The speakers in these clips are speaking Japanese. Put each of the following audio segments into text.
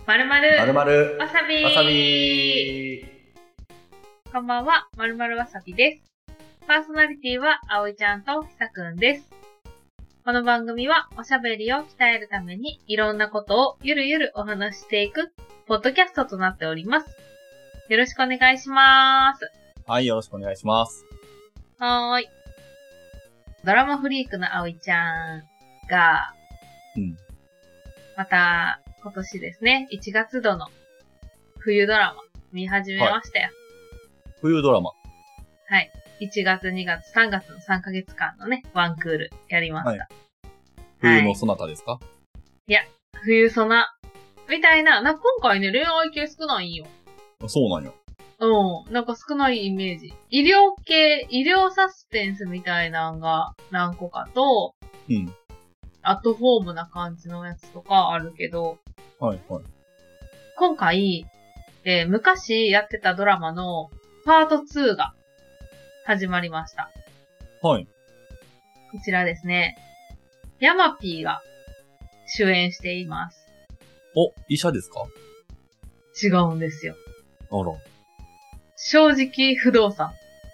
まるまるまるまるわさびわさびこんばんは、まるまるわさびです。パーソナリティはあおいちゃんとひさくんです。この番組はおしゃべりを鍛えるためにいろんなことをゆるゆるお話ししていくポッドキャストとなっております。よろしくお願いします。 はい、よろしくお願いします。 はーい。ドラマフリークのあおいちゃんが、また今年ですね、1月度の冬ドラマ見始めましたよ。 冬ドラマ。 はい。1月、2月、3月の3ヶ月間のね、ワンクールやりました。 はい。冬のそなたですか？ いや、冬ソナ。みたいな、今回ね、恋愛系少ないんよ。 そうなんよ。 なんか少ないイメージ。医療系、医療サスペンスみたいなのが何個かと、アットホームな感じのやつとかあるけど、 はいはい。 今回、昔やってたドラマのパート2が始まりました。 はい。 こちらですね、ヤマピーが主演しています。 お、医者ですか？ 違うんですよ。 あら。 正直不動産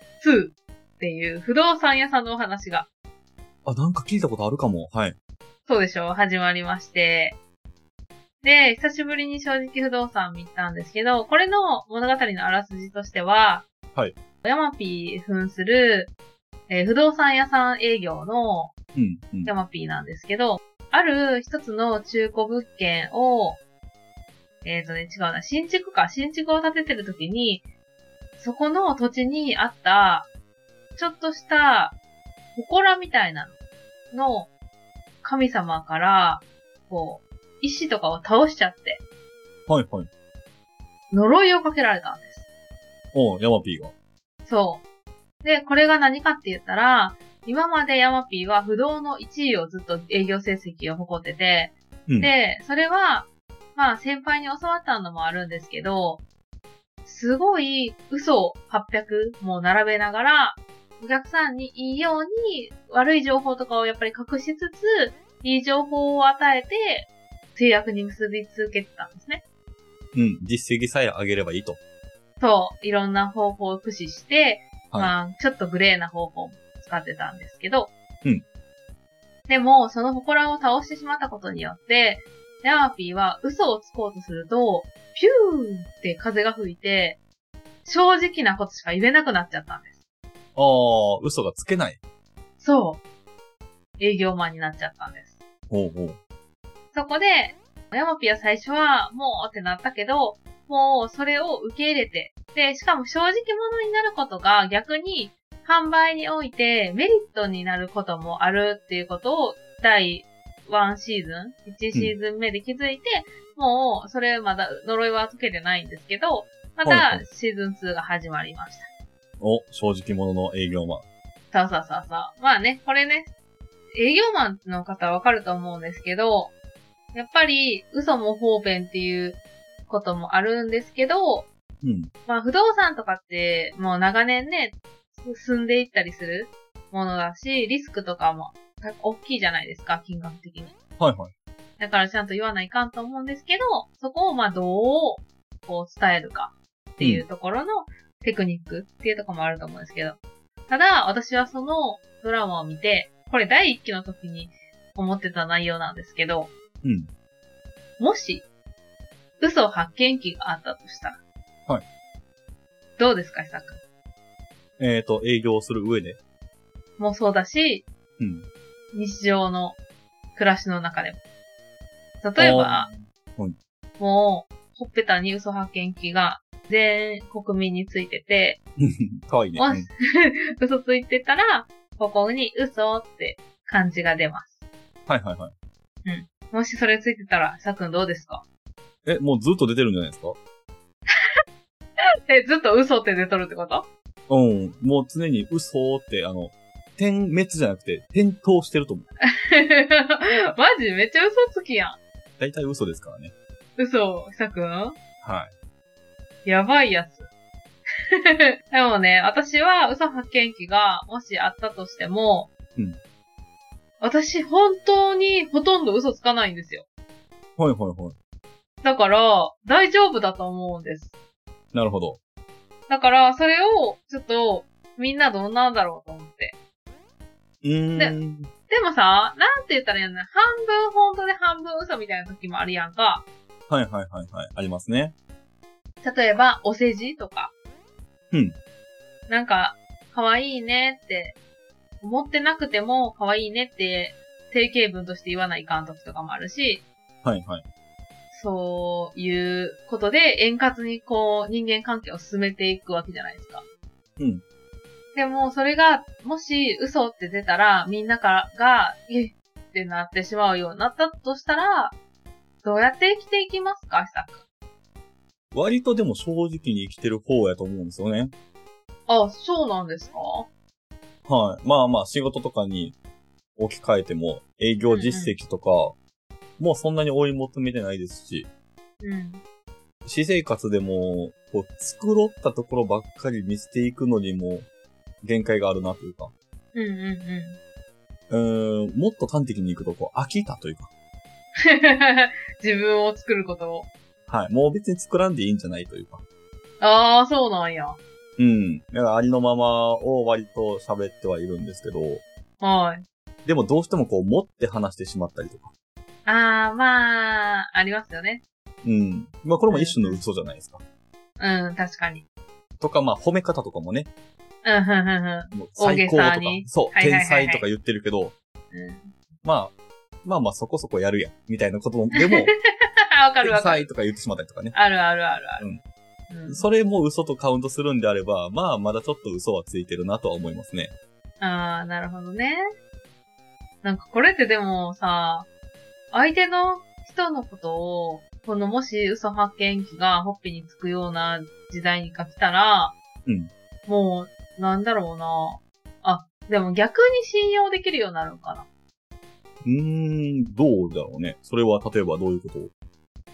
2っていう不動産屋さんのお話が。 あ、なんか聞いたことあるかも。はい。 そうでしょ？始まりまして。で、久しぶりに正直不動産見たんですけど、これの物語のあらすじとしては、 はい。 ヤマピー扮する、不動産屋さん営業のヤマピーなんですけど、ある一つの中古物件を、違うな、新築を建ててるときに、そこの土地にあった、ちょっとした、祠みたいなの神様から、こう、石とかを倒しちゃって、 はいはい。 呪いをかけられたんです。 おヤマピーが。 そう。で、これが何かって言ったら、今までヤマピーは不動の1位をずっと営業成績を誇ってて、で、それは、まあ先輩に教わったのもあるんですけど、すごい嘘を800も並べながら、お客さんにいいように悪い情報とかをやっぱり隠しつつ、いい情報を与えて、制約に結び続けてたんですね。 実績さえ上げればいいと。 そう、いろんな方法を駆使して、 はい、 まあ、ちょっとグレーな方法を使ってたんですけど、でも、その祠を倒してしまったことによって、ヤマピーは嘘をつこうとすると、ピューって風が吹いて、正直なことしか言えなくなっちゃったんです。 嘘がつけない。 そう。営業マンになっちゃったんです。 ほうほう。 そこで、ヤマピーは最初は、もうってなったけど、もうそれを受け入れて、で、しかも正直者になることが逆に販売においてメリットになることもあるっていうことを第1シーズン、1シーズン目で気づいて、もうそれまだ呪いは解けてないんですけど、またシーズン2が始まりました。 お、正直者の営業マン。 そう。まあね、これね、営業マンの方はわかると思うんですけど、やっぱり嘘も方便っていうこともあるんですけど、まあ不動産とかってもう長年ね、進んでいったりするものだし、リスクとかも大きいじゃないですか、金額的に。 はいはい。 だからちゃんと言わないかんと思うんですけど、そこをまあどうこう伝えるかっていうところのテクニックっていうところもあると思うんですけど。ただ、私はそのドラマを見て、これ第1期の時に思ってた内容なんですけど、もし、嘘発見器があったとしたら。 はい。 どうですか、ひさくん。 営業する上でもそうだし、日常の暮らしの中でも。例えば、もう、ほっぺたに嘘発見器が全国民についてて、 かわいいね。 もし、嘘ついてたら、ここに嘘って漢字が出ます。 はい。 もしそれついてたら、さくんどうですか？ もうずっと出てるんじゃないですか？ ずっと嘘って出とるってこと？ もう常に嘘って、点滅じゃなくて、点灯してると思う。 マジめっちゃ嘘つきやん。 大体嘘ですからね。 嘘、ひさくん？ はい。 やばいやつ。でもね、私は嘘発見器がもしあったとしても、私本当にほとんど嘘つかないんですよ。 はい。 だから、大丈夫だと思うんです。 なるほど。 だから、それを、ちょっと、みんなどんなんだろうと思って。でもさ、なんて言ったらいいのね。半分本当で半分嘘みたいな時もあるやんか。 はいはいはいはい。ありますね。 例えば、お世辞とか。 うん。 なんか、可愛いねって、思ってなくても可愛いねって、定型文として言わないかん時とかもあるし。 はいはい。 そういうことで円滑にこう人間関係を進めていくわけじゃないですか。 うん。 でもそれがもし嘘って出たらみんながってなってしまうようになったとしたらどうやって生きていきますか、久くん。 割とでも正直に生きてる方やと思うんですよね。 あ、そうなんですか？ はい。まあまあ仕事とかに置き換えても営業実績とか、もうそんなに追い求めてないですし。 うん。 私生活でも、こう、繕ったところばっかり見せていくのにも、限界があるなというか。 うんうんうん。もっと端的にいくと、こう、飽きたというか。 自分を作ることを。 はい。もう別に作らんでいいんじゃないというか。 ああ、そうなんや。 うん。だからありのままを割と喋ってはいるんですけど。 はい。 でもどうしてもこう、持って話してしまったりとか。 ああ、まあ、ありますよね。 うん。まあこれも一種の嘘じゃないですか。 うん、確かに。 とか、まあ褒め方とかもね。もう最高とか。そう、天才とか言ってるけど。まあそこそこやるやん。みたいなことでも。 わかるわかる。 天才とか言ってしまったりとかね。 あるあるあるある。 それも嘘とカウントするんであれば、まあまだちょっと嘘はついてるなとは思いますね。 ああ、なるほどね。なんかこれってでもさ、相手の人のことを、このもし嘘発見器がほっぺにつくような時代に来たら、もう、なんだろうな。あ、でも逆に信用できるようになるのかな。 どうだろうね。それは例えばどういうこと？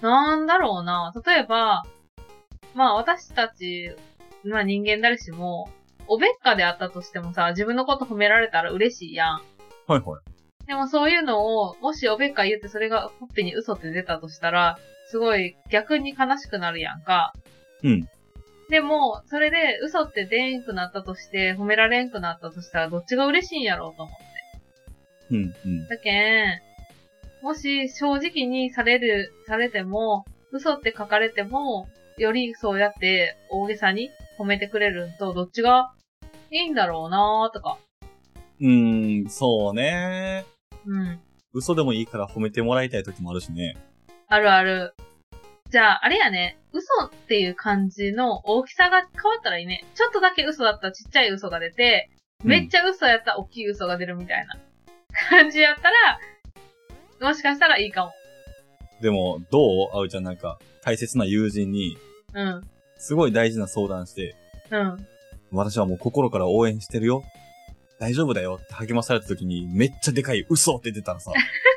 なんだろうな。例えば、まあ私たち、まあ人間誰しも、おべっかであったとしてもさ、自分のこと褒められたら嬉しいやん。 はいはい。 でもそういうのを、もしおべっか言ってそれがほっぺに嘘って出たとしたら、すごい逆に悲しくなるやんか。 うん。 でも、それで嘘って出んくなったとして、褒められんくなったとしたら、どっちが嬉しいんやろうと思って。だけん、もし正直にされても、嘘って書かれても、よりそうやって大げさに褒めてくれるんと、どっちがいいんだろうなーとか。 そうね。嘘でもいいから褒めてもらいたい時もあるしね。 あるある。じゃあ、あれやね。嘘っていう感じの大きさが変わったらいいね。ちょっとだけ嘘だったらちっちゃい嘘が出て、めっちゃ嘘やったら大きい嘘が出るみたいな感じやったら、もしかしたらいいかも。 でも、どう？あうちゃんなんか、大切な友人に、すごい大事な相談して、私はもう心から応援してるよ。大丈夫だよって励まされた時に、めっちゃでかい嘘って出たらさ、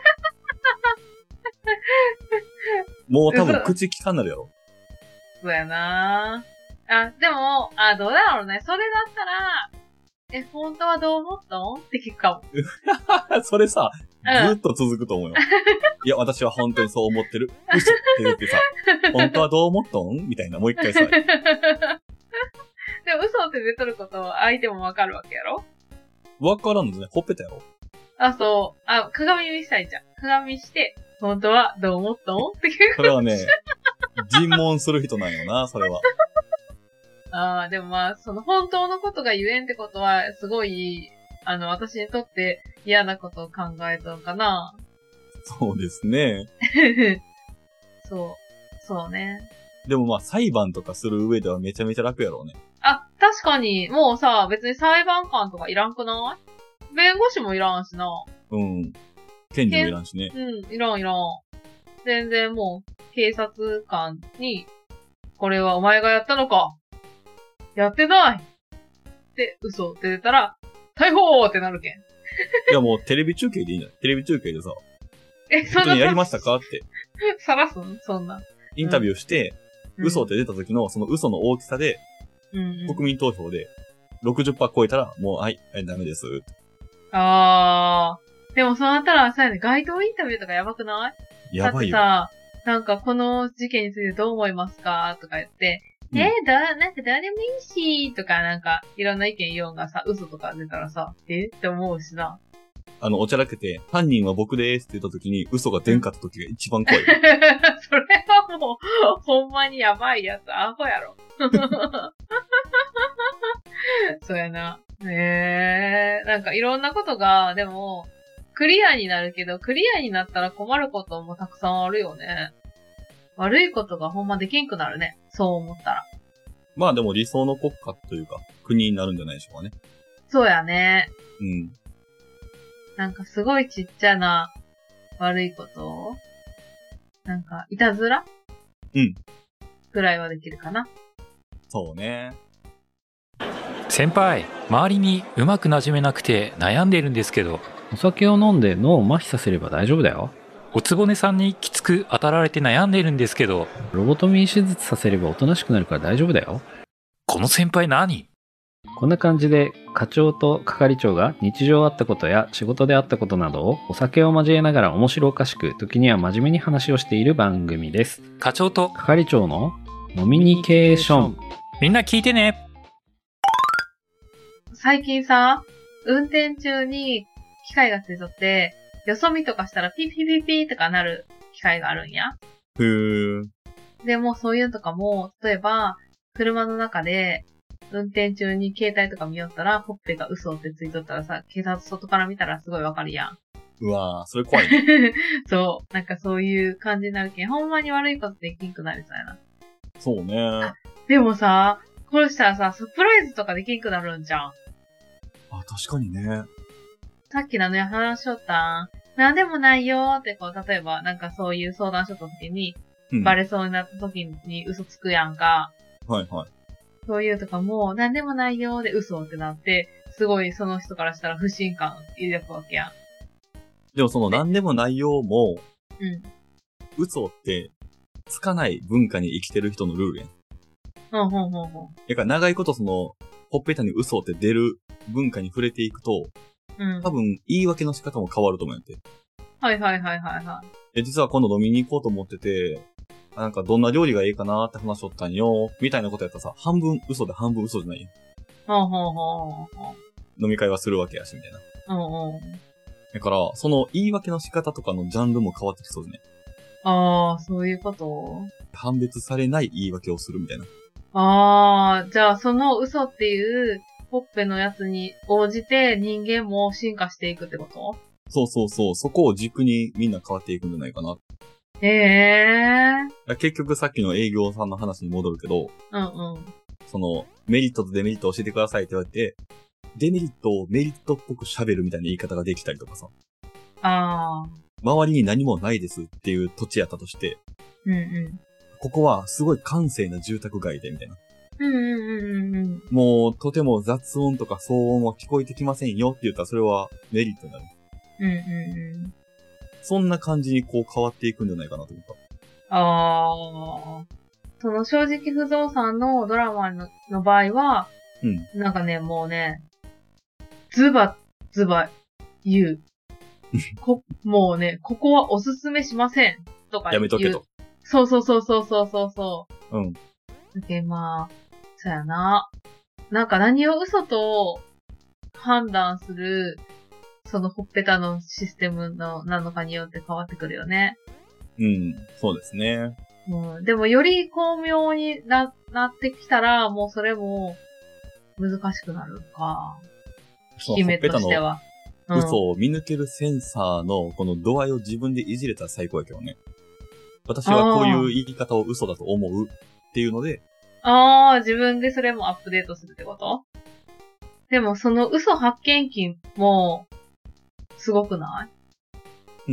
もう多分口きかんなるやろ。 そうやなぁ。でも、どうだろうね。それだったら、本当はどう思ったのって聞くかも。それさ、ずっと続くと思うよ。いや、私は本当にそう思ってる。嘘って言ってさ、本当はどう思ったんみたいな、もう一回さ。でも嘘って出とることは相手もわかるわけやろ？ わからんのね。ほっぺたやろ？ そう。鏡見したいじゃん。鏡して、本当はどう思ったんって聞く。 それはね、尋問する人なんよな、それは。 でもまあ、その本当のことが言えんってことは、すごい、私にとって嫌なことを考えたのかな。 そうですね。 そうね。 でもまあ、裁判とかする上ではめちゃめちゃ楽やろうね。 確かに、もうさ、別に裁判官とかいらんくない？弁護士もいらんしな。 検事もいらんしね。 いらん。全然もう、警察官に、これはお前がやったのか？やってないって嘘って出たら、逮捕ってなるけん。 いやもうテレビ中継でいいんじゃない？テレビ中継でさ、 そんな本当にやりましたかって。 晒すん？そんな。 インタビューして、嘘って出た時のその嘘の大きさで、国民投票で 60% 超えたら、もう、はい、ダメです。 でもそうなったら、さやね、街頭インタビューとかやばくない？ やばいよ。 だってさ、 なんかこの事件についてどう思いますかとか言って、なんか誰でもいいし、とかなんかいろんな意見言おうがさ、嘘とか出たらさ、って思うしな。 おちゃらけて、犯人は僕でーすって言った時に嘘が出んかった時が一番怖い。 それはもう、ほんまにやばいやつ、アホやろ。そうやな。なんかいろんなことが、でも、クリアになるけど、クリアになったら困ることもたくさんあるよね。悪いことがほんまできんくなるね。そう思ったら。 まあでも理想の国家というか、国になるんじゃないでしょうかね。 そうやね。 うん。 なんかすごいちっちゃな悪いことなんか、いたずらうん。 くらいはできるかな。 そうね。 先輩、周りにうまく馴染めなくて悩んでいるんですけど。 お酒を飲んで脳を麻痺させれば大丈夫だよ。 おつぼねさんにきつく当たられて悩んでいるんですけど。 ロボトミー手術させればおとなしくなるから大丈夫だよ。 この先輩何？ こんな感じで課長と係長が日常あったことや仕事であったことなどをお酒を交えながら面白おかしく、時には真面目に話をしている番組です。 課長と係長のノミニケーション。 みんな聞いてね。 最近さ、運転中に機械がついとって、よそ見とかしたらピーピーピーピーとかなる機械があるんや。 へー。 でもそういうのとかも、例えば、車の中で、運転中に携帯とか見よったら、ほっぺが嘘ってついとったらさ、警察外から見たらすごいわかるやん。 うわー、それ怖いね。 そう。なんかそういう感じになるけん、ほんまに悪いことできんくなりそうやな。 そうね。 でもさ、これしたらさ、サプライズとかできんくなるんじゃん。 あ、確かにね。 さっきのね、話しとったん。なんでもないよーってこう、例えば、なんかそういう相談しとった時に、バレそうになった時に嘘つくやんか。 はいはい。 そういうとかも、なんでもないよーで嘘ってなって、すごいその人からしたら不信感抱くわけやん。 でもそのなんでもないようも、嘘ってつかない文化に生きてる人のルールやん。だから長いことその、ほっぺたに嘘って出る文化に触れていくと、多分言い訳の仕方も変わると思うんやって。 はい。 実は今度飲みに行こうと思ってて、なんかどんな料理がいいかなーって話しとったんよ、みたいなことやったらさ、半分嘘で半分嘘じゃないよ。飲み会はするわけやし、みたいな。だから、その言い訳の仕方とかのジャンルも変わってきそうですね。 ああ、そういうこと判別されない言い訳をするみたいな。 ああ、じゃあその嘘っていうほっぺのやつに応じて人間も進化していくってこと？ そう。そこを軸にみんな変わっていくんじゃないかな。結局さっきの営業さんの話に戻るけど、その、メリットとデメリットを教えてくださいって言われて、デメリットをメリットっぽく喋るみたいな言い方ができたりとかさ。周りに何もないですっていう土地やったとして、ここはすごい閑静な住宅街でみたいな。もうとても雑音とか騒音は聞こえてきませんよって言ったらそれはメリットになる。そんな感じにこう変わっていくんじゃないかなと思った。 その正直不動産のドラマの場合は、なんかね、もうね、ズバ言う。もうね、ここはおすすめしません。とか言う。 やめとけと。 そう。まあ、そうやな。なんか何を嘘と判断する、そのほっぺたのシステムのなのかによって変わってくるよね。 そうですね。 でもより巧妙になってきたら、もうそれも難しくなるか。効き目としては。 嘘を見抜けるセンサーのこの度合いを自分でいじれたら最高やけどね。私はこういう言い方を嘘だと思うっていうので。 自分でそれもアップデートするってこと？でもその嘘発見器も、すごくない？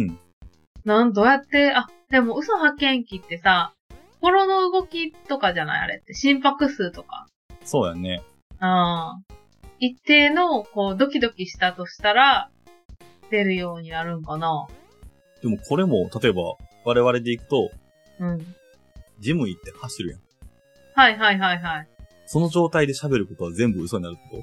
どうやって、でも嘘発見器ってさ、心の動きとかじゃないあれって。心拍数とか。 そうやね。 一定の、こう、ドキドキしたとしたら、出るようになるんかな。 でもこれも、例えば、我々で行くと、ジム行って走るやん。 はい。 その状態で喋ることは全部嘘になるってこと？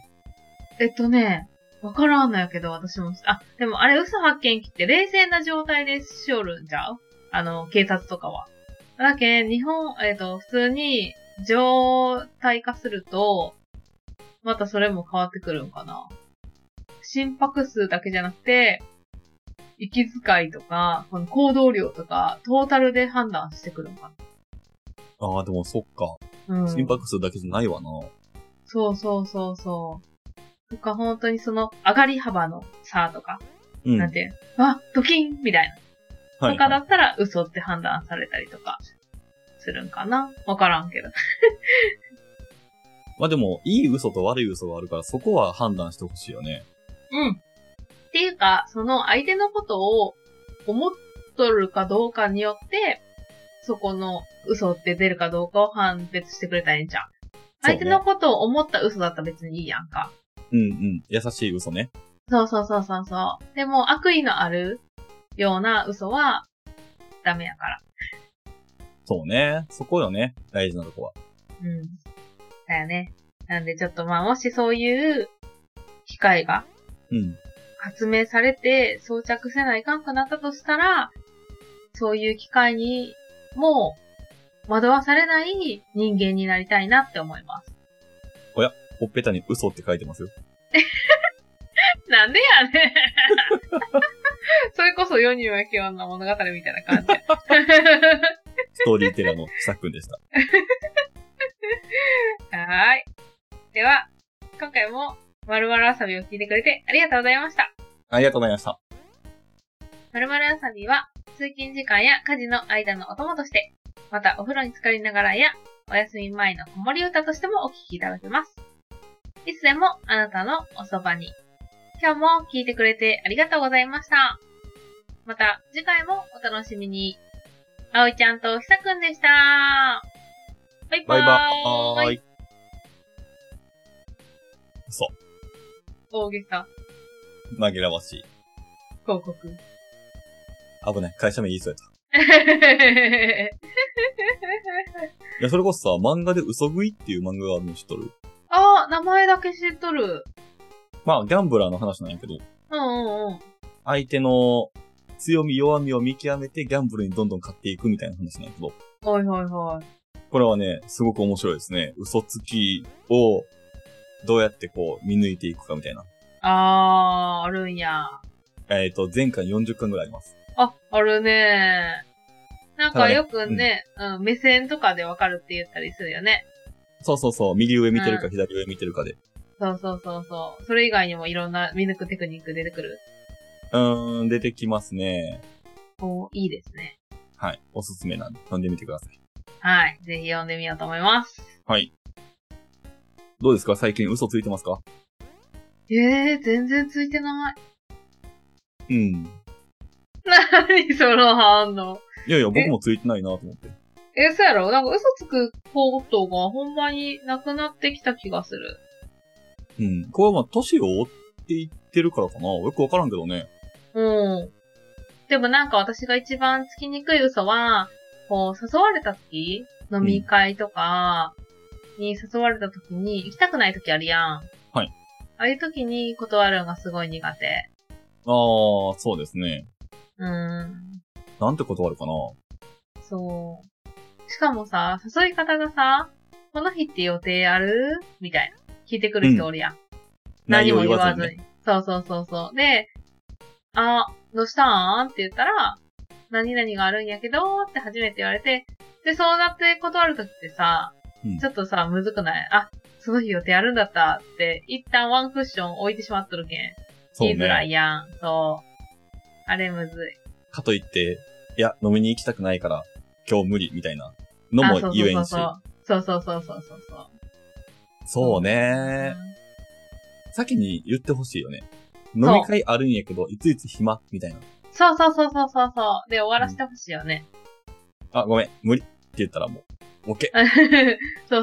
わからんのやけど、私も。でもあれ嘘発見器って冷静な状態でしおるんちゃう？警察とかは。 だけん、普通に、状態化すると、またそれも変わってくるんかな。心拍数だけじゃなくて、息遣いとか、この行動量とか、トータルで判断してくるんかな。 ああ、でもそっか。心拍数だけじゃないわな。 そうそうそうそう。とか本当にその上がり幅の差とか、なんて、ドキンみたいな。とかだったら嘘って判断されたりとかするんかな。わからんけど。 まあでも、いい嘘と悪い嘘があるから、そこは判断してほしいよね。 っていうか、その相手のことを思っとるかどうかによって、そこの嘘って出るかどうかを判別してくれたらいいんじゃん。相手のことを思った嘘だったら別にいいやんか。 優しい嘘ね。 そうそうそうそうそう。でも悪意のあるような嘘はダメやから。 そうね。そこよね。大事なとこは。 だよね。なんでちょっともしそういう機会が発明されて装着せないかんくなったとしたら、そういう機会にもう惑わされない人間になりたいなって思います。 おや、ほっぺたに嘘って書いてますよ。 なんでやねん。それこそ世にも奇妙な物語みたいな感じ。 ストーリーテラーのさっくんでした。 はーい。では、今回も〇〇遊びを聞いてくれてありがとうございました。 ありがとうございました。 〇〇遊びは通勤時間や家事の間のお供として、またお風呂に浸かりながらやお休み前の子守歌としてもお聞きいただけます。いつでもあなたのおそばに。今日も聞いてくれてありがとうございました。また次回もお楽しみに。あおいちゃんとひさくんでした。バイバーイ。 バイバーイ。嘘。 大げさ。 紛らわしい。 広告。 危ない。会社名言いそうやった。いや、それこそさ、漫画で嘘食いっていう漫画があるの知っとる？ 名前だけ知っとる。 まあ、ギャンブラーの話なんやけど。相手の強み弱みを見極めてギャンブルにどんどん勝っていくみたいな話なんやけど。 はいはいはい。 これはね、すごく面白いですね。嘘つきをどうやってこう見抜いていくかみたいな。 あるんや。 前回40巻ぐらいあります。 あるね。なんかよくね、目線とかでわかるって言ったりするよね。 そうそうそう。右上見てるか左上見てるかで。 そうそうそうそう。それ以外にもいろんな見抜くテクニック出てくる？ 出てきますね。 いいですね。 はい。おすすめなんで、読んでみてください。 はい。ぜひ読んでみようと思います。 はい。どうですか？最近嘘ついてますか？ 全然ついてない。何その反応。 いやいや、僕もついてないなと思って。 そうやろ？なんか嘘つくことがほんまになくなってきた気がする。 これはまあ、歳を追っていってるからかな。よくわからんけどね。 でもなんか私が一番つきにくい嘘は、こう、誘われた時、飲み会とかに誘われた時に行きたくない時あるやん。 はい。 ああいう時に断るのがすごい苦手。 そうですね。なんて断るかな。 そう。しかもさ、誘い方がさ、この日って予定ある？みたいな。聞いてくる人おるやん。何も言わずに。そうそうそうそう。で、どうしたんって言ったら、何々があるんやけどって初めて言われて、で、そうなって断るときってさ、ちょっとさ、むずくない？その日予定あるんだったって、一旦ワンクッション置いてしまっとるけん。言いづらいやん。そう。あれむずい。 かといって、いや、飲みに行きたくないから、今日無理みたいなのも言えんし。 そうそう。 そうね。先に言ってほしいよね。飲み会あるんやけど、いついつ暇みたいな。 そう。で、終わらせてほしいよね。 ごめん、無理って言ったらもう、OK。 そう。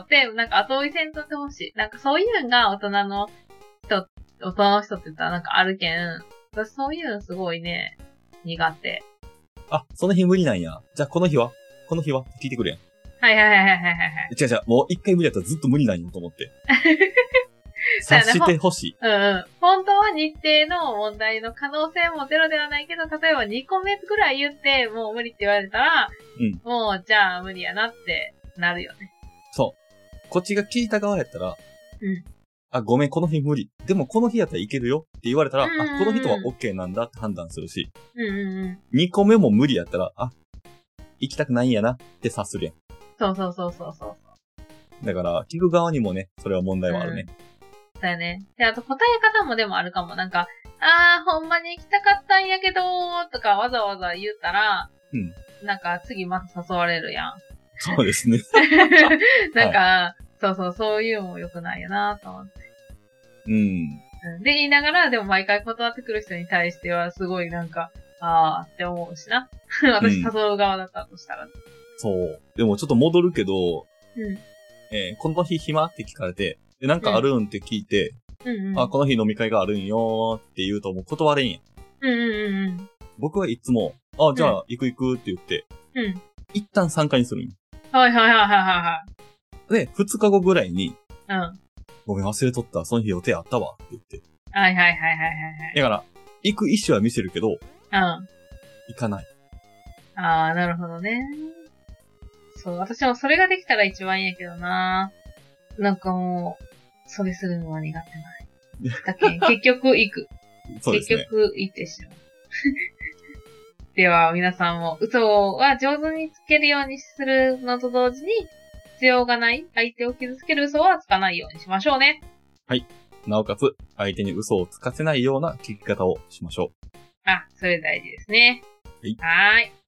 で、なんか後追いせんとってほしい。なんかそういうのが大人の人って言ったらなんかあるけん。私そういうのすごいね、苦手。 その日無理なんや。じゃあこの日は聞いてくれやん。 はい。 違う。もう一回無理やったらずっと無理なんよと思って。 察してほしい。 うんうん。本当は日程の問題の可能性もゼロではないけど、例えば2個目ぐらい言って、もう無理って言われたら、もうじゃあ無理やなってなるよね。 そう。こっちが聞いた側やったら、あ、ごめん、この日無理。でもこの日やったらいけるよって言われたら、あ、この人は OK なんだって判断するし、2個目も無理やったら、あ、行きたくないんやなって察するやん。 そう。 だから、聞く側にもね、それは問題はあるね。 だよね。で、あと答え方もでもあるかも。なんか、ほんまに行きたかったんやけどとかわざわざ言ったら、なんか次また誘われるやん。 そうですね。 なんか、そういうのも良くないよなと思って。で、言いながら、でも毎回断ってくる人に対しては、すごいなんか、って思うしな。私誘う側だったとしたら。 そう。でもちょっと戻るけど、この日暇って聞かれて、で、なんかあるんって聞いて、この日飲み会があるんよって言うともう断れんやん。僕はいつも、じゃあ行くって言って、一旦参加にするんよ。 はい。 で、2日後ぐらいに、ごめん忘れとった、その日予定あったわって言って。 はい。 だから、行く意思は見せるけど、行かない。 なるほどね。そう、私もそれができたら一番いいんやけどな。なんかもう、それするのは苦手ない。だけ結局行く。 そうですね。 結局行ってしまう。では、皆さんも嘘は上手につけるようにするのと同時に、必要がない相手を傷つける嘘はつかないようにしましょうね。 はい。なおかつ、相手に嘘をつかせないような聞き方をしましょう。 それ大事ですね。 はい。